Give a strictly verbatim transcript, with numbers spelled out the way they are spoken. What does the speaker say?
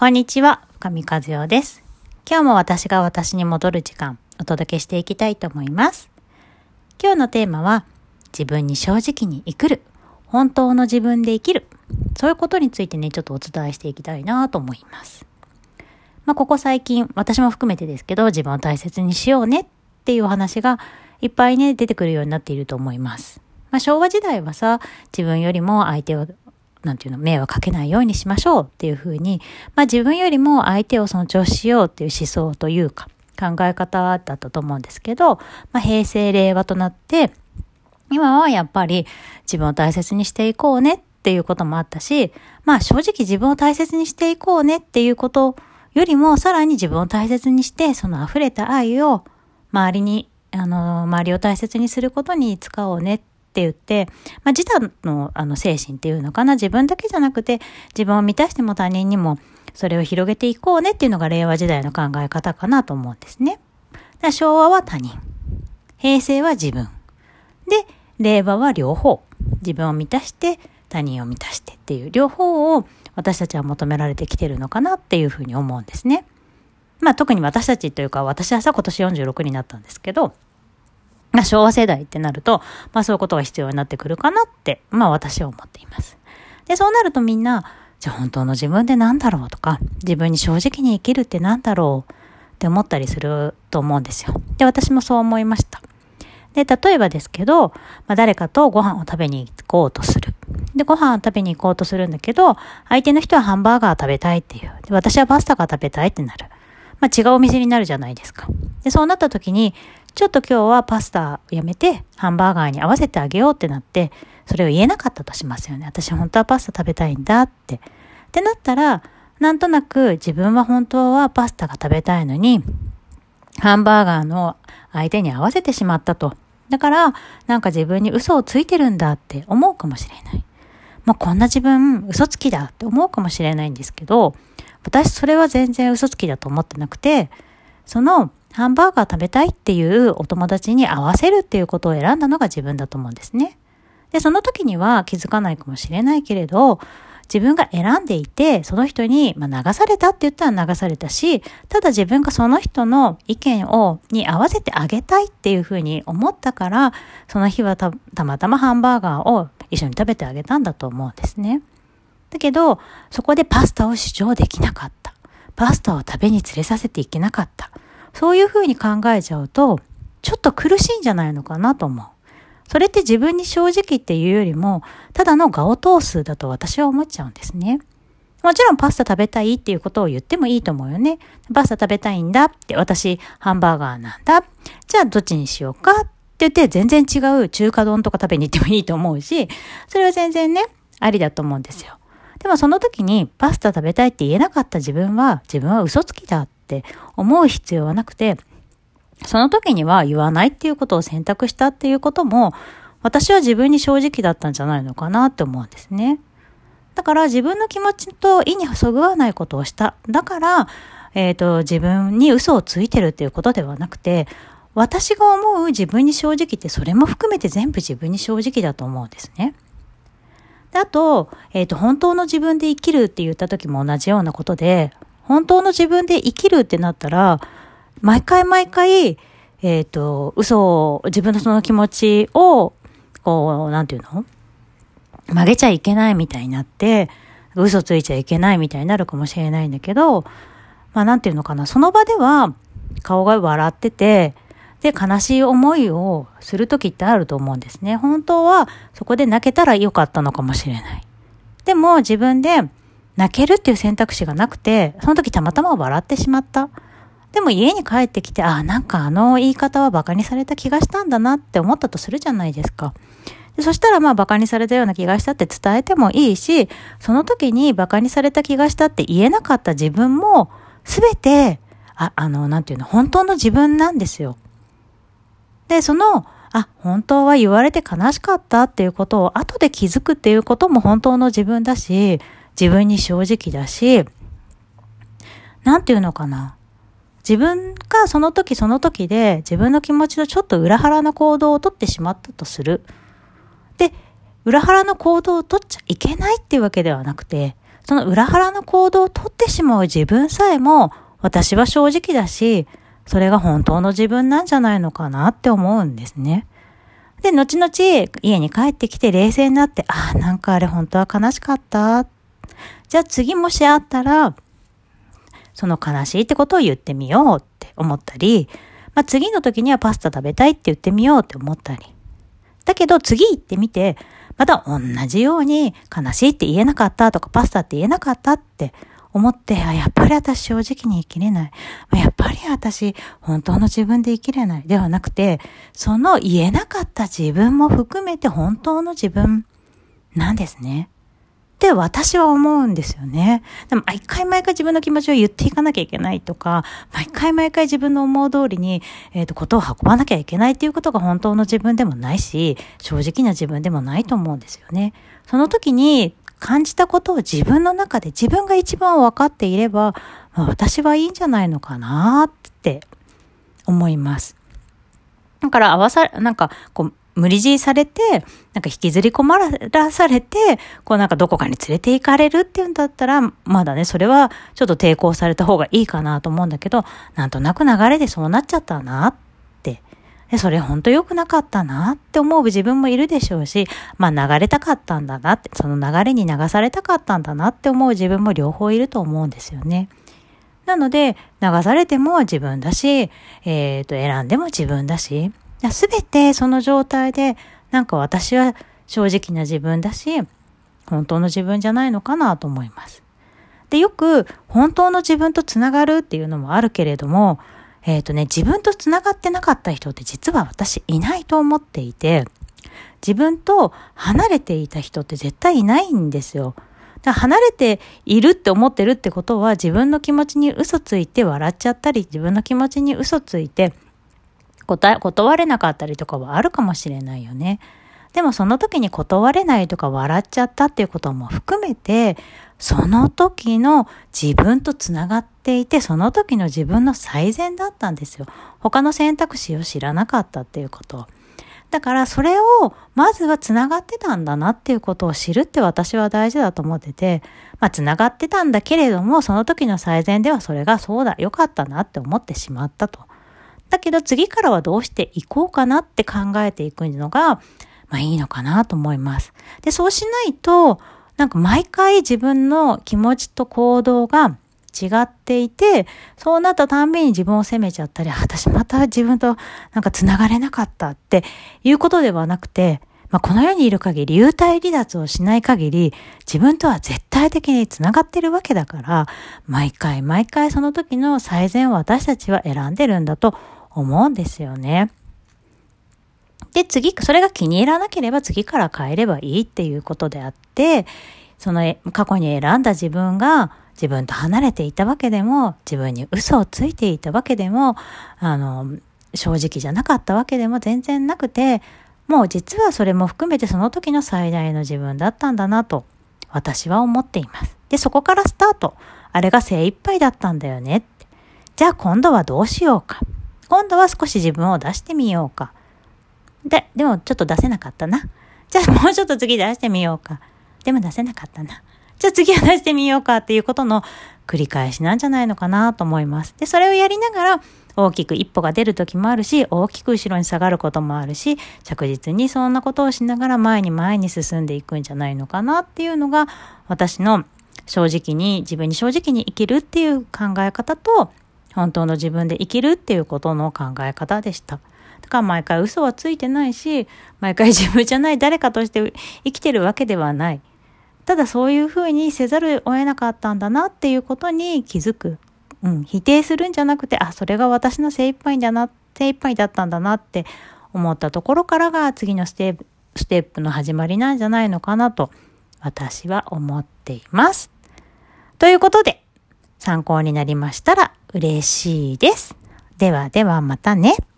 こんにちは、深見和代です。今日も私が私に戻る時間、お届けしていきたいと思います。今日のテーマは、自分に正直に生きる、本当の自分で生きる、そういうことについてね、ちょっとお伝えしていきたいなと思います。まあ、ここ最近、私も含めてですけど、自分を大切にしようねっていうお話がいっぱいね、出てくるようになっていると思います。まあ、昭和時代はさ、自分よりも相手をなんていうの、迷惑かけないようにしましょうっていうふうに、まあ自分よりも相手を尊重しようっていう思想というか考え方だったと思うんですけど、まあ平成令和となって、今はやっぱり自分を大切にしていこうねっていうこともあったし、まあ正直自分を大切にしていこうねっていうことよりもさらに自分を大切にしてその溢れた愛を周りに、あの、周りを大切にすることに使おうねってって言って、まあ、自他のあの精神っていうのかな、自分だけじゃなくて自分を満たしても他人にもそれを広げていこうねっていうのが令和時代の考え方かなと思うんですね。だから昭和は他人、平成は自分で、令和は両方、自分を満たして他人を満たしてっていう両方を私たちは求められてきてるのかなっていうふうに思うんですね。まあ特に私たちというか、私はさ今年よんじゅうろくになったんですけど、まあ、昭和世代ってなると、まあそういうことが必要になってくるかなって、まあ私は思っています。で、そうなるとみんな、じゃあ本当の自分って何だろうとか、自分に正直に生きるって何だろうって思ったりすると思うんですよ。で、私もそう思いました。で、例えばですけど、まあ誰かとご飯を食べに行こうとする。で、ご飯を食べに行こうとするんだけど、相手の人はハンバーガー食べたいっていう。で、私はパスタが食べたいってなる。まあ違うお店になるじゃないですか。で、そうなった時に、ちょっと今日はパスタをやめてハンバーガーに合わせてあげようってなって、それを言えなかったとしますよね。私本当はパスタ食べたいんだって。ってなったら、なんとなく自分は本当はパスタが食べたいのに、ハンバーガーの相手に合わせてしまったと。だから、なんか自分に嘘をついてるんだって思うかもしれない。まあ、こんな自分嘘つきだって思うかもしれないんですけど、私それは全然嘘つきだと思ってなくて、そのハンバーガー食べたいっていうお友達に合わせるっていうことを選んだのが自分だと思うんですね。で、その時には気づかないかもしれないけれど、自分が選んでいて、その人に、まあ、流されたって言ったら流されたし、ただ自分がその人の意見を、に合わせてあげたいっていうふうに思ったから、その日はた、たまたまハンバーガーを一緒に食べてあげたんだと思うんですね。だけど、そこでパスタを主張できなかった。パスタを食べに連れさせていけなかった。そういうふうに考えちゃうと、ちょっと苦しいんじゃないのかなと思う。それって自分に正直っていうよりも、ただの我を通すだと私は思っちゃうんですね。もちろんパスタ食べたいっていうことを言ってもいいと思うよね。パスタ食べたいんだって、私ハンバーガーなんだ。じゃあどっちにしようかって言って全然違う中華丼とか食べに行ってもいいと思うし、それは全然ね、ありだと思うんですよ。でもその時にパスタ食べたいって言えなかった自分は、自分は嘘つきだって思う必要はなくて、その時には言わないっていうことを選択したっていうことも、私は自分に正直だったんじゃないのかなって思うんですね。だから自分の気持ちと意にそぐわないことをした。だから、えっと、自分に嘘をついてるっていうことではなくて、私が思う自分に正直ってそれも含めて全部自分に正直だと思うんですね。あと、えっと、本当の自分で生きるって言った時も同じようなことで、本当の自分で生きるってなったら、毎回毎回、えっと、嘘を、自分のその気持ちを、こう、なんていうの？曲げちゃいけないみたいになって、嘘ついちゃいけないみたいになるかもしれないんだけど、まあなんていうのかな、その場では顔が笑ってて、で、悲しい思いをするときってあると思うんですね。本当はそこで泣けたらよかったのかもしれない。でも自分で泣けるっていう選択肢がなくて、その時たまたま笑ってしまった。でも家に帰ってきて、あ、なんかあの言い方はバカにされた気がしたんだなって思ったとするじゃないですか。でそしたらまあバカにされたような気がしたって伝えてもいいし、その時にバカにされた気がしたって言えなかった自分もすべて、あ、あの、なんていうの、本当の自分なんですよ。で、その、あ、本当は言われて悲しかったっていうことを後で気づくっていうことも本当の自分だし、自分に正直だし、なんていうのかな。自分がその時その時で自分の気持ちのちょっと裏腹な行動をとってしまったとする。で、裏腹の行動をとっちゃいけないっていうわけではなくて、 その裏腹の行動をとってしまう自分さえも私は正直だし、それが本当の自分なんじゃないのかなって思うんですね。で、後々家に帰ってきて冷静になって、ああ、なんかあれ本当は悲しかった。じゃあ次もしあったら、その悲しいってことを言ってみようって思ったり、まあ、次の時にはパスタ食べたいって言ってみようって思ったり。だけど次行ってみて、また同じように悲しいって言えなかったとかパスタって言えなかったって思って、あ、やっぱり私正直に生きれない。やっぱり私本当の自分で生きれない。ではなくて、その言えなかった自分も含めて本当の自分なんですね。って私は思うんですよね。でも毎回毎回自分の気持ちを言っていかなきゃいけないとか、毎回毎回自分の思う通りに、えっと、ことを運ばなきゃいけないっていうことが本当の自分でもないし、正直な自分でもないと思うんですよね。その時に感じたことを自分の中で自分が一番分かっていれば、まあ、私はいいんじゃないのかなって思います。だから合わさ、なんかこう、無理強いされて、なんか引きずり込まらされて、こうなんかどこかに連れて行かれるっていうんだったら、まだね、それはちょっと抵抗された方がいいかなと思うんだけど、なんとなく流れでそうなっちゃったなって。で、それ本当良くなかったなって思う自分もいるでしょうし、まあ流れたかったんだなって、その流れに流されたかったんだなって思う自分も両方いると思うんですよね。なので、流されても自分だし、えっと、選んでも自分だし、すべてその状態で、なんか私は正直な自分だし、本当の自分じゃないのかなと思います。で、よく本当の自分とつながるっていうのもあるけれども、えっとね、自分とつながってなかった人って実は私いないと思っていて、自分と離れていた人って絶対いないんですよ。だから離れているって思ってるってことは、自分の気持ちに嘘ついて笑っちゃったり、自分の気持ちに嘘ついて、断、断れなかったりとかはあるかもしれないよね。でもその時に断れないとか笑っちゃったっていうことも含めて、その時の自分とつながっていて、その時の自分の最善だったんですよ。他の選択肢を知らなかったっていうこと。だからそれをまずはつながってたんだなっていうことを知るって私は大事だと思ってて、まあつながってたんだけれども、その時の最善ではそれがそうだ、よかったなって思ってしまったと。だけど次からはどうしていこうかなって考えていくのが、まあいいのかなと思います。で、そうしないと、なんか毎回自分の気持ちと行動が違っていて、そうなったたんびに自分を責めちゃったり、私また自分となんかつながれなかったっていうことではなくて、まあ、この世にいる限り、幽体離脱をしない限り、自分とは絶対的につながってるわけだから、毎回毎回その時の最善を私たちは選んでるんだと思うんですよね。で、次、それが気に入らなければ次から変えればいいっていうことであって、その過去に選んだ自分が自分と離れていたわけでも、自分に嘘をついていたわけでも、あの、正直じゃなかったわけでも全然なくて、もう実はそれも含めてその時の最大の自分だったんだなと私は思っています。で、そこからスタート。あれが精一杯だったんだよねって。じゃあ今度はどうしようか。今度は少し自分を出してみようか。で、でもちょっと出せなかったな。じゃあもうちょっと次出してみようか。でも出せなかったな。じゃあ次は出してみようかっていうことの繰り返しなんじゃないのかなと思います。で、それをやりながら大きく一歩が出る時もあるし、大きく後ろに下がることもあるし、着実にそんなことをしながら前に前に進んでいくんじゃないのかなっていうのが、私の正直に、自分に正直に生きるっていう考え方と、本当の自分で生きるっていうことの考え方でした。だから毎回嘘はついてないし、毎回自分じゃない誰かとして生きてるわけではない。ただそういうふうにせざるを得なかったんだなっていうことに気づく。うん、否定するんじゃなくて、あ、それが私の精一杯だな、精一杯だったんだなって思ったところからが次のステップ、ステップの始まりなんじゃないのかなと私は思っています。ということで、参考になりましたら嬉しいです。ではではまたね。